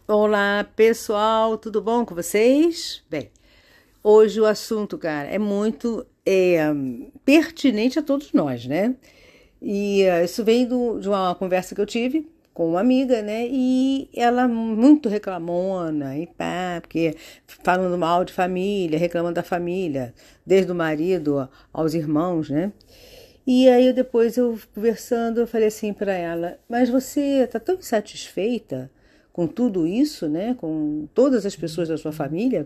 Olá, pessoal, tudo bom com vocês? Bem, hoje o assunto, cara, é muito pertinente a todos nós, né? Isso vem de uma conversa que eu tive com uma amiga, né? E ela muito reclamona e pá, porque falando mal de família, reclamando da família, desde o marido aos irmãos, né? E aí depois eu conversando, eu falei assim para ela, mas você tá tão insatisfeita com tudo isso, né? Com todas as pessoas da sua família?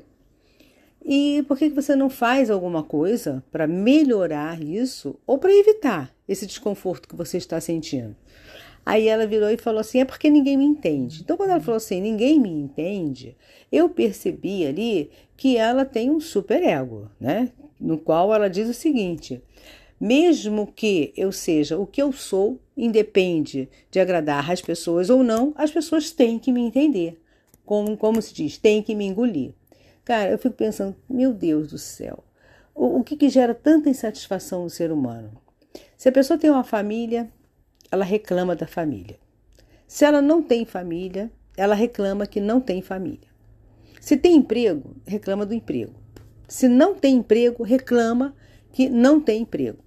E por que você não faz alguma coisa para melhorar isso ou para evitar esse desconforto que você está sentindo? Aí ela virou e falou assim, é porque ninguém me entende. Então quando ela falou assim, ninguém me entende, eu percebi ali que ela tem um superego, né? No qual ela diz o seguinte: mesmo que eu seja o que eu sou, independe de agradar as pessoas ou não, as pessoas têm que me entender. Como se diz, têm que me engolir. Cara, eu fico pensando, meu Deus do céu, o que gera tanta insatisfação no ser humano? Se a pessoa tem uma família, ela reclama da família. Se ela não tem família, ela reclama que não tem família. Se tem emprego, reclama do emprego. Se não tem emprego, reclama que não tem emprego.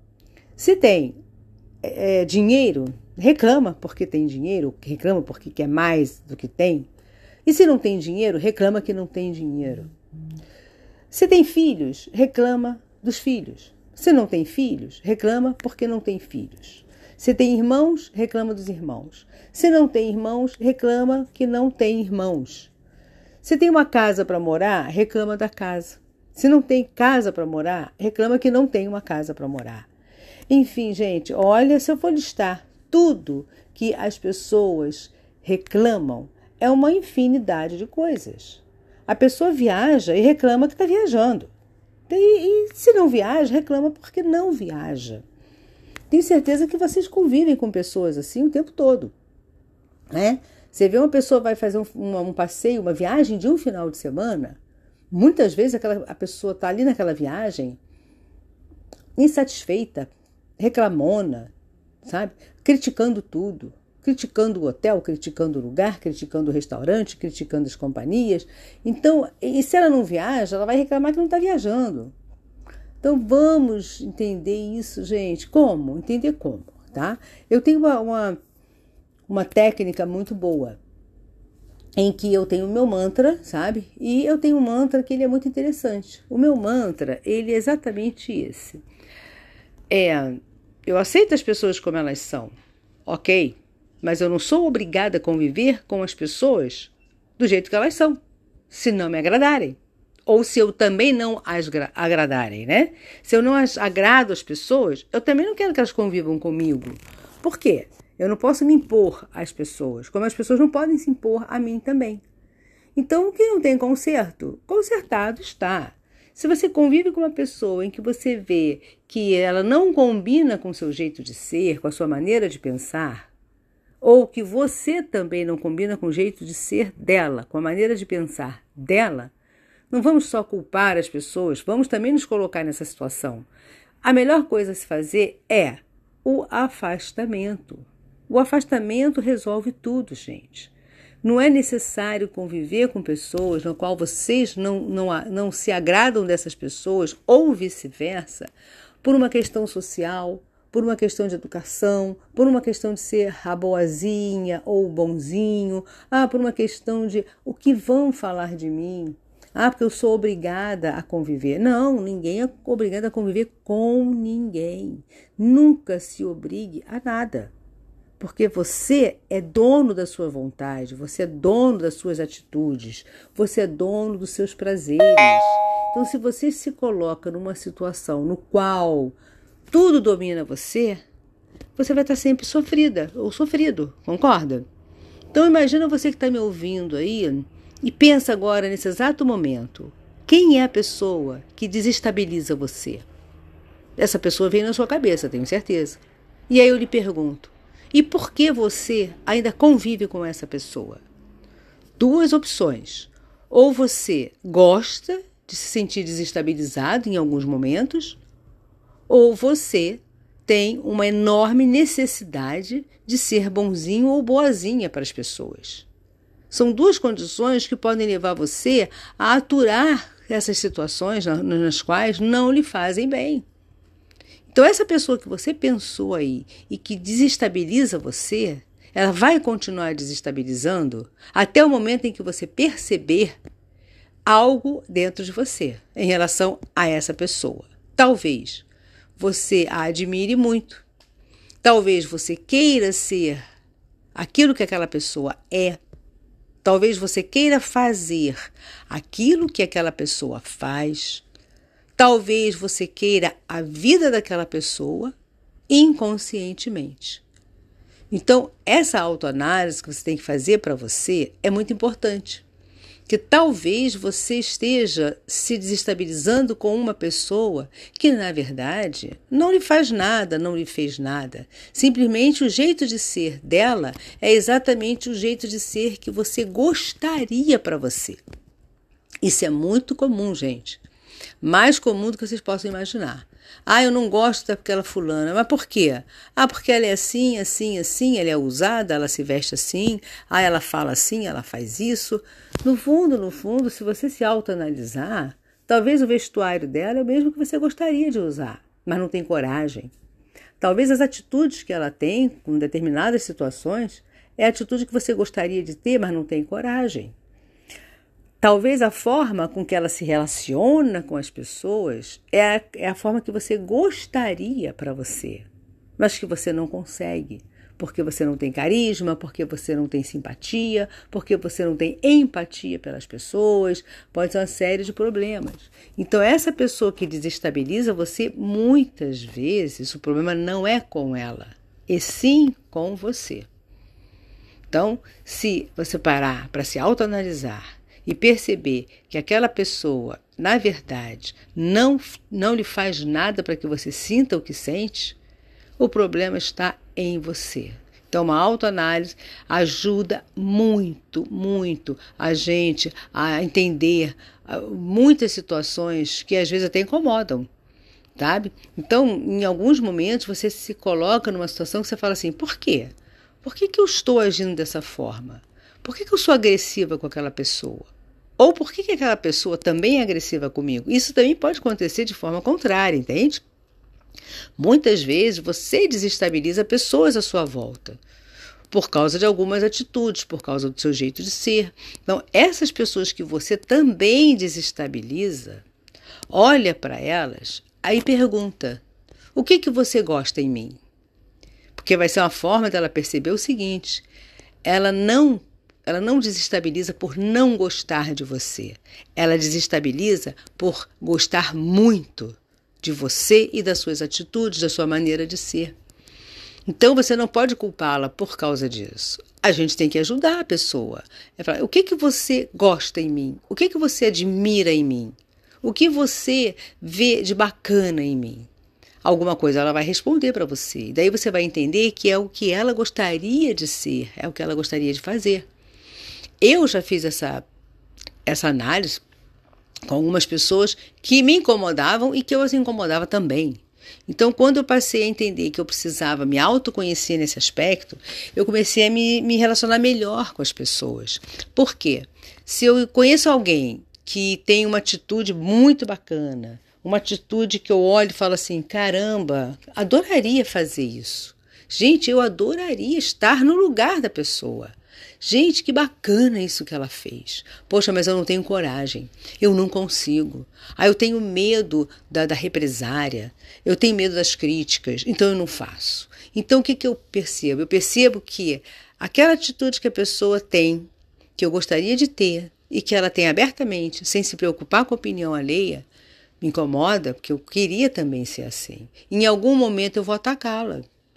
Se tem dinheiro, reclama porque tem dinheiro, reclama porque quer mais do que tem. E se não tem dinheiro, reclama que não tem dinheiro. Se tem filhos, reclama dos filhos. Se não tem filhos, reclama porque não tem filhos. Se tem irmãos, reclama dos irmãos. Se não tem irmãos, reclama que não tem irmãos. Se tem uma casa para morar, reclama da casa. Se não tem casa para morar, reclama que não tem uma casa para morar. Enfim, gente, olha, se eu for listar tudo que as pessoas reclamam, é uma infinidade de coisas. A pessoa viaja e reclama que está viajando. E se não viaja, reclama porque não viaja. Tenho certeza que vocês convivem com pessoas assim o tempo todo, né? Você vê uma pessoa vai fazer um passeio, uma viagem de um final de semana, muitas vezes a pessoa está ali naquela viagem insatisfeita, reclamona, sabe? Criticando tudo. Criticando o hotel, criticando o lugar, criticando o restaurante, criticando as companhias. Então, e se ela não viaja, ela vai reclamar que não está viajando. Então, vamos entender isso, gente. Como? Entender como, tá? Eu tenho uma técnica muito boa, em que eu tenho o meu mantra, sabe? E eu tenho um mantra que ele é muito interessante. O meu mantra, ele é exatamente esse. Eu aceito as pessoas como elas são, ok? Mas eu não sou obrigada a conviver com as pessoas do jeito que elas são, se não me agradarem. Ou se eu também não as agradarem, né? Se eu não agrado as pessoas, eu também não quero que elas convivam comigo. Por quê? Eu não posso me impor às pessoas, como as pessoas não podem se impor a mim também. Então, o que não tem conserto, consertado está. Se você convive com uma pessoa em que você vê que ela não combina com o seu jeito de ser, com a sua maneira de pensar, ou que você também não combina com o jeito de ser dela, com a maneira de pensar dela, não vamos só culpar as pessoas, vamos também nos colocar nessa situação. A melhor coisa a se fazer é o afastamento. O afastamento resolve tudo, gente. Não é necessário conviver com pessoas no qual vocês não se agradam dessas pessoas ou vice-versa, por uma questão social, por uma questão de educação, por uma questão de ser a boazinha ou o bonzinho, por uma questão de o que vão falar de mim, porque eu sou obrigada a conviver. Não, ninguém é obrigado a conviver com ninguém. Nunca se obrigue a nada. Porque você é dono da sua vontade, você é dono das suas atitudes, você é dono dos seus prazeres. Então, se você se coloca numa situação no qual tudo domina você, você vai estar sempre sofrida ou sofrido, concorda? Então, imagina você que está me ouvindo aí e pensa agora, nesse exato momento, quem é a pessoa que desestabiliza você? Essa pessoa vem na sua cabeça, tenho certeza. E aí eu lhe pergunto, e por que você ainda convive com essa pessoa? Duas opções. Ou você gosta de se sentir desestabilizado em alguns momentos, ou você tem uma enorme necessidade de ser bonzinho ou boazinha para as pessoas. São duas condições que podem levar você a aturar essas situações nas quais não lhe fazem bem. Então, essa pessoa que você pensou aí e que desestabiliza você, ela vai continuar desestabilizando até o momento em que você perceber algo dentro de você em relação a essa pessoa. Talvez você a admire muito. Talvez você queira ser aquilo que aquela pessoa é. Talvez você queira fazer aquilo que aquela pessoa faz. Talvez você queira a vida daquela pessoa inconscientemente. Então, essa autoanálise que você tem que fazer para você é muito importante. Que talvez você esteja se desestabilizando com uma pessoa que, na verdade, não lhe faz nada, não lhe fez nada. Simplesmente o jeito de ser dela é exatamente o jeito de ser que você gostaria para você. Isso é muito comum, gente. Mais comum do que vocês possam imaginar. Eu não gosto daquela fulana. Mas por quê? Porque ela é assim, assim, assim, ela é ousada, ela se veste assim, ela fala assim, ela faz isso. No fundo, se você se autoanalisar, talvez o vestuário dela é o mesmo que você gostaria de usar, mas não tem coragem. Talvez as atitudes que ela tem com determinadas situações é a atitude que você gostaria de ter, mas não tem coragem. Talvez a forma com que ela se relaciona com as pessoas é a forma que você gostaria para você, mas que você não consegue, porque você não tem carisma, porque você não tem simpatia, porque você não tem empatia pelas pessoas, pode ser uma série de problemas. Então, essa pessoa que desestabiliza você, muitas vezes, o problema não é com ela, e sim com você. Então, se você parar para se autoanalisar, e perceber que aquela pessoa, na verdade, não lhe faz nada para que você sinta o que sente, o problema está em você. Então, uma autoanálise ajuda muito, muito a gente a entender muitas situações que às vezes até incomodam, sabe? Então, em alguns momentos, você se coloca numa situação que você fala assim, por quê? Por que eu estou agindo dessa forma? Por que eu sou agressiva com aquela pessoa? Ou por que aquela pessoa também é agressiva comigo? Isso também pode acontecer de forma contrária, entende? Muitas vezes você desestabiliza pessoas à sua volta por causa de algumas atitudes, por causa do seu jeito de ser. Então, essas pessoas que você também desestabiliza, olha para elas, aí pergunta, o que você gosta em mim? Porque vai ser uma forma dela perceber o seguinte, ela não desestabiliza por não gostar de você. Ela desestabiliza por gostar muito de você e das suas atitudes, da sua maneira de ser. Então, você não pode culpá-la por causa disso. A gente tem que ajudar a pessoa. É falar, o que você gosta em mim? O que você admira em mim? O que você vê de bacana em mim? Alguma coisa ela vai responder para você. E daí você vai entender que é o que ela gostaria de ser, é o que ela gostaria de fazer. Eu já fiz essa análise com algumas pessoas que me incomodavam e que eu as incomodava também. Então, quando eu passei a entender que eu precisava me autoconhecer nesse aspecto, eu comecei a me relacionar melhor com as pessoas. Por quê? Se eu conheço alguém que tem uma atitude muito bacana, uma atitude que eu olho e falo assim, caramba, adoraria fazer isso. Gente, eu adoraria estar no lugar da pessoa. Gente, que bacana isso que ela fez. Poxa, mas eu não tenho coragem. Eu não consigo. Eu tenho medo da represária. Eu tenho medo das críticas. Então eu não faço. Então o que eu percebo? Eu percebo que aquela atitude que a pessoa tem, que eu gostaria de ter, e que ela tem abertamente, sem se preocupar com a opinião alheia, me incomoda, porque eu queria também ser assim. Em algum momento eu vou atacá-la.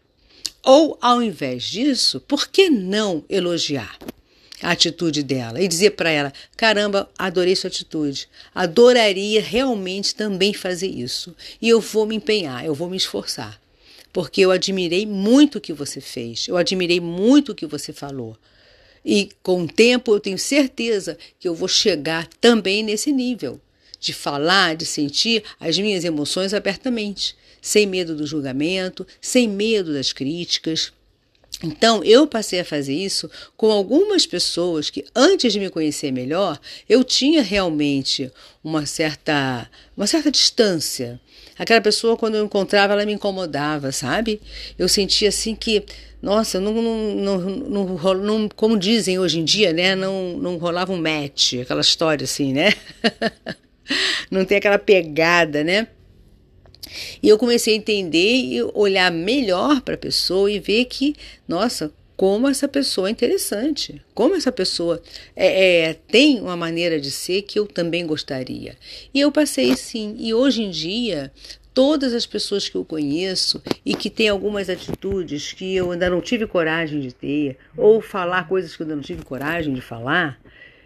Ou, ao invés disso, por que não elogiar a atitude dela e dizer para ela, caramba, adorei sua atitude, adoraria realmente também fazer isso. E eu vou me empenhar, eu vou me esforçar, porque eu admirei muito o que você fez, eu admirei muito o que você falou. E com o tempo eu tenho certeza que eu vou chegar também nesse nível de falar, de sentir as minhas emoções abertamente, sem medo do julgamento, sem medo das críticas. Então, eu passei a fazer isso com algumas pessoas que, antes de me conhecer melhor, eu tinha realmente uma certa distância. Aquela pessoa, quando eu encontrava, ela me incomodava, sabe? Eu sentia assim que, nossa, como dizem hoje em dia, né? Não rolava um match, aquela história assim, né? Não tem aquela pegada, né? E eu comecei a entender e olhar melhor para a pessoa e ver que, nossa, como essa pessoa é interessante, como essa pessoa tem uma maneira de ser que eu também gostaria. E eu passei sim, e hoje em dia, todas as pessoas que eu conheço e que têm algumas atitudes que eu ainda não tive coragem de ter, ou falar coisas que eu ainda não tive coragem de falar,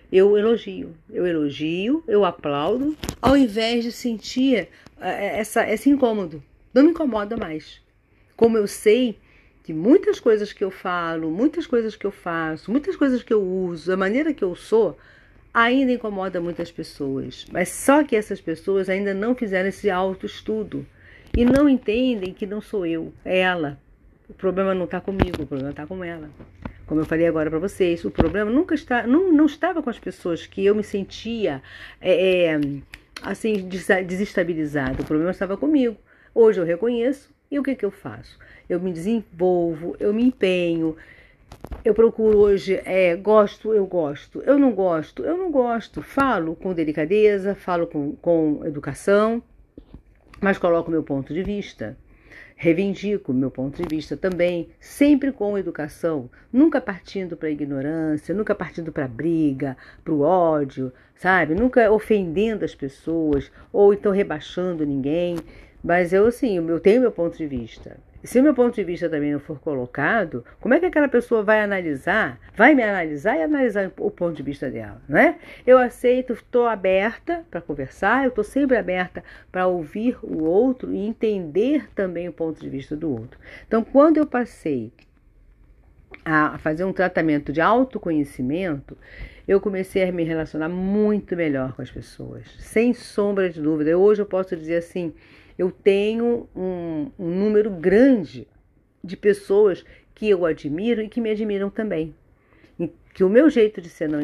eu aplaudo, ao invés de sentir esse incômodo. Não me incomoda mais. Como eu sei que muitas coisas que eu falo, muitas coisas que eu faço, muitas coisas que eu uso, a maneira que eu sou, ainda incomoda muitas pessoas. Mas só que essas pessoas ainda não fizeram esse autoestudo e não entendem que não sou eu, é ela. O problema não está comigo, o problema está com ela. Como eu falei agora para vocês, o problema não estava com as pessoas que eu me sentia assim desestabilizada. O problema estava comigo. Hoje eu reconheço e o que eu faço? Eu me desenvolvo, eu me empenho. Eu procuro hoje, gosto, eu gosto. Eu não gosto, eu não gosto. Falo com delicadeza, falo com educação, mas coloco meu ponto de vista. Reivindico meu ponto de vista também, sempre com educação, nunca partindo para a ignorância, nunca partindo para a briga, para o ódio, sabe? Nunca ofendendo as pessoas ou então rebaixando ninguém. Mas eu tenho meu ponto de vista. Se o meu ponto de vista também não for colocado, como é que aquela pessoa vai me analisar e analisar o ponto de vista dela, né? Eu aceito, estou aberta para conversar, eu estou sempre aberta para ouvir o outro e entender também o ponto de vista do outro. Então, quando eu passei a fazer um tratamento de autoconhecimento, eu comecei a me relacionar muito melhor com as pessoas, sem sombra de dúvida. Hoje eu posso dizer assim, eu tenho um número grande de pessoas que eu admiro e que me admiram também. Que o meu jeito de ser não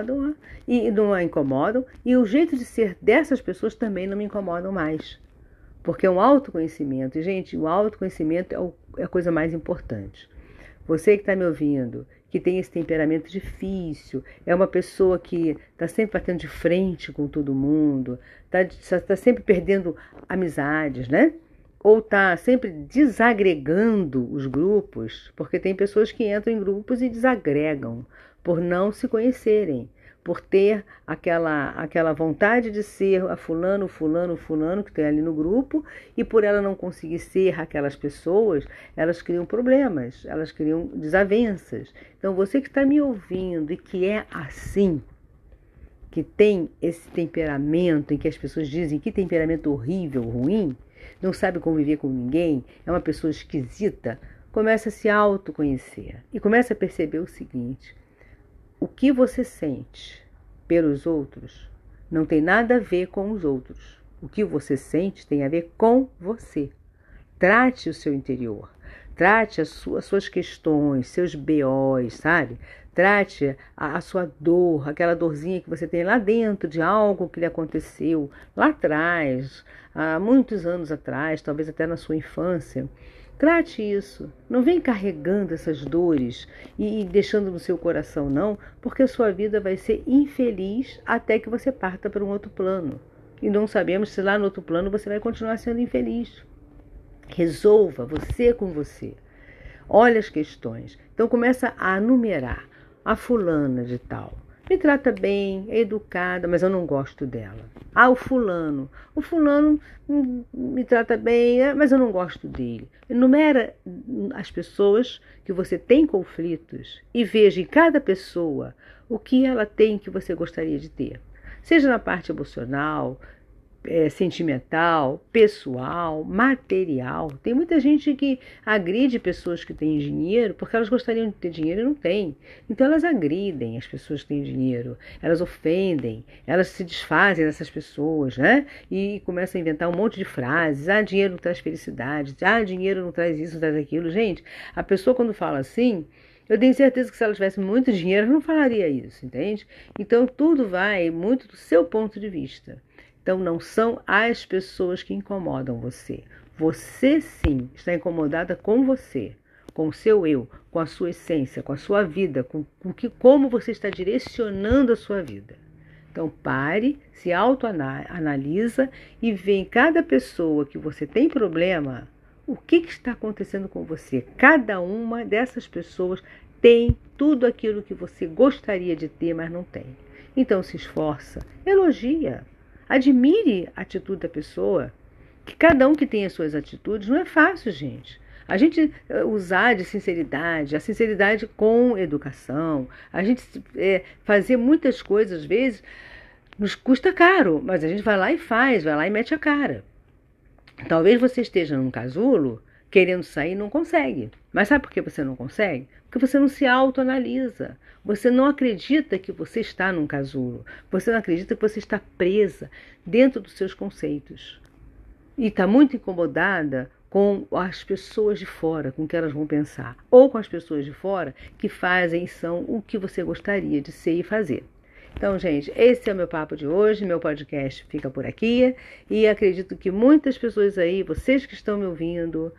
a incomodam, e o jeito de ser dessas pessoas também não me incomodam mais. Porque é um autoconhecimento. E, gente, o autoconhecimento é a coisa mais importante. Você que está me ouvindo, que tem esse temperamento difícil, é uma pessoa que está sempre batendo de frente com todo mundo, está sempre perdendo amizades, né? Ou está sempre desagregando os grupos, porque tem pessoas que entram em grupos e desagregam por não se conhecerem, por ter aquela vontade de ser a fulano que tem ali no grupo, e por ela não conseguir ser aquelas pessoas, elas criam problemas, elas criam desavenças. Então você que está me ouvindo e que é assim, que tem esse temperamento em que as pessoas dizem que temperamento horrível, ruim, não sabe conviver com ninguém, é uma pessoa esquisita, começa a se autoconhecer e começa a perceber o seguinte: o que você sente pelos outros não tem nada a ver com os outros. O que você sente tem a ver com você. Trate o seu interior. Trate as suas questões, seus BOs, sabe? Trate a sua dor, aquela dorzinha que você tem lá dentro de algo que lhe aconteceu lá atrás, há muitos anos atrás, talvez até na sua infância. Trate isso. Não vem carregando essas dores e deixando no seu coração, não, porque a sua vida vai ser infeliz até que você parta para um outro plano. E não sabemos se lá no outro plano você vai continuar sendo infeliz. Resolva você com você. Olha as questões. Então começa a numerar. A fulana de tal me trata bem, é educada, mas eu não gosto dela. O fulano me trata bem, mas eu não gosto dele. Enumera as pessoas que você tem conflitos e veja em cada pessoa o que ela tem que você gostaria de ter. Seja na parte emocional, sentimental, pessoal, material. Tem muita gente que agride pessoas que têm dinheiro porque elas gostariam de ter dinheiro e não têm. Então elas agridem as pessoas que têm dinheiro, elas ofendem, elas se desfazem dessas pessoas, né? E começam a inventar um monte de frases. Ah, dinheiro não traz felicidade. Ah, dinheiro não traz isso, não traz aquilo. Gente, a pessoa quando fala assim, eu tenho certeza que se ela tivesse muito dinheiro, ela não falaria isso, entende? Então tudo vai muito do seu ponto de vista. Então, não são as pessoas que incomodam você. Você, sim, está incomodada com você, com o seu eu, com a sua essência, com a sua vida, como você está direcionando a sua vida. Então, pare, se autoanalisa e vê em cada pessoa que você tem problema, o que está acontecendo com você. Cada uma dessas pessoas tem tudo aquilo que você gostaria de ter, mas não tem. Então, se esforça, elogia. Admire a atitude da pessoa, que cada um que tem as suas atitudes, não é fácil, gente. A gente usar de sinceridade, a sinceridade com educação, a gente fazer muitas coisas, às vezes, nos custa caro, mas a gente vai lá e faz, vai lá e mete a cara. Talvez você esteja num casulo, querendo sair e não consegue. Mas sabe por que você não consegue? Porque você não se autoanalisa. Você não acredita que você está num casulo. Você não acredita que você está presa dentro dos seus conceitos. E está muito incomodada com as pessoas de fora, com o que elas vão pensar. Ou com as pessoas de fora que fazem e são o que você gostaria de ser e fazer. Então, gente, esse é o meu papo de hoje, meu podcast fica por aqui e acredito que muitas pessoas aí, vocês que estão me ouvindo,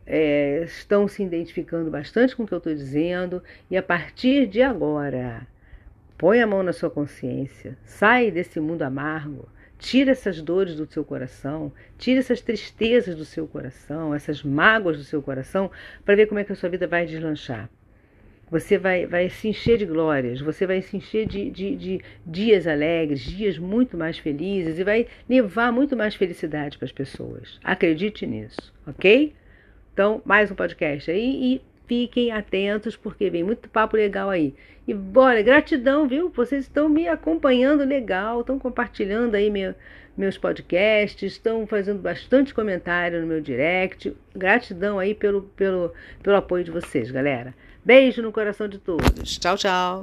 estão se identificando bastante com o que eu estou dizendo e a partir de agora, põe a mão na sua consciência, sai desse mundo amargo, tira essas dores do seu coração, tira essas tristezas do seu coração, essas mágoas do seu coração, para ver como é que a sua vida vai deslanchar. Você vai se encher de glórias, você vai se encher de dias alegres, dias muito mais felizes e vai levar muito mais felicidade para as pessoas. Acredite nisso, ok? Então, mais um podcast aí e fiquem atentos porque vem muito papo legal aí. E bora, gratidão, viu? Vocês estão me acompanhando legal, estão compartilhando aí meus podcasts, estão fazendo bastante comentário no meu direct. Gratidão aí pelo apoio de vocês, galera. Beijo no coração de todos. Tchau, tchau.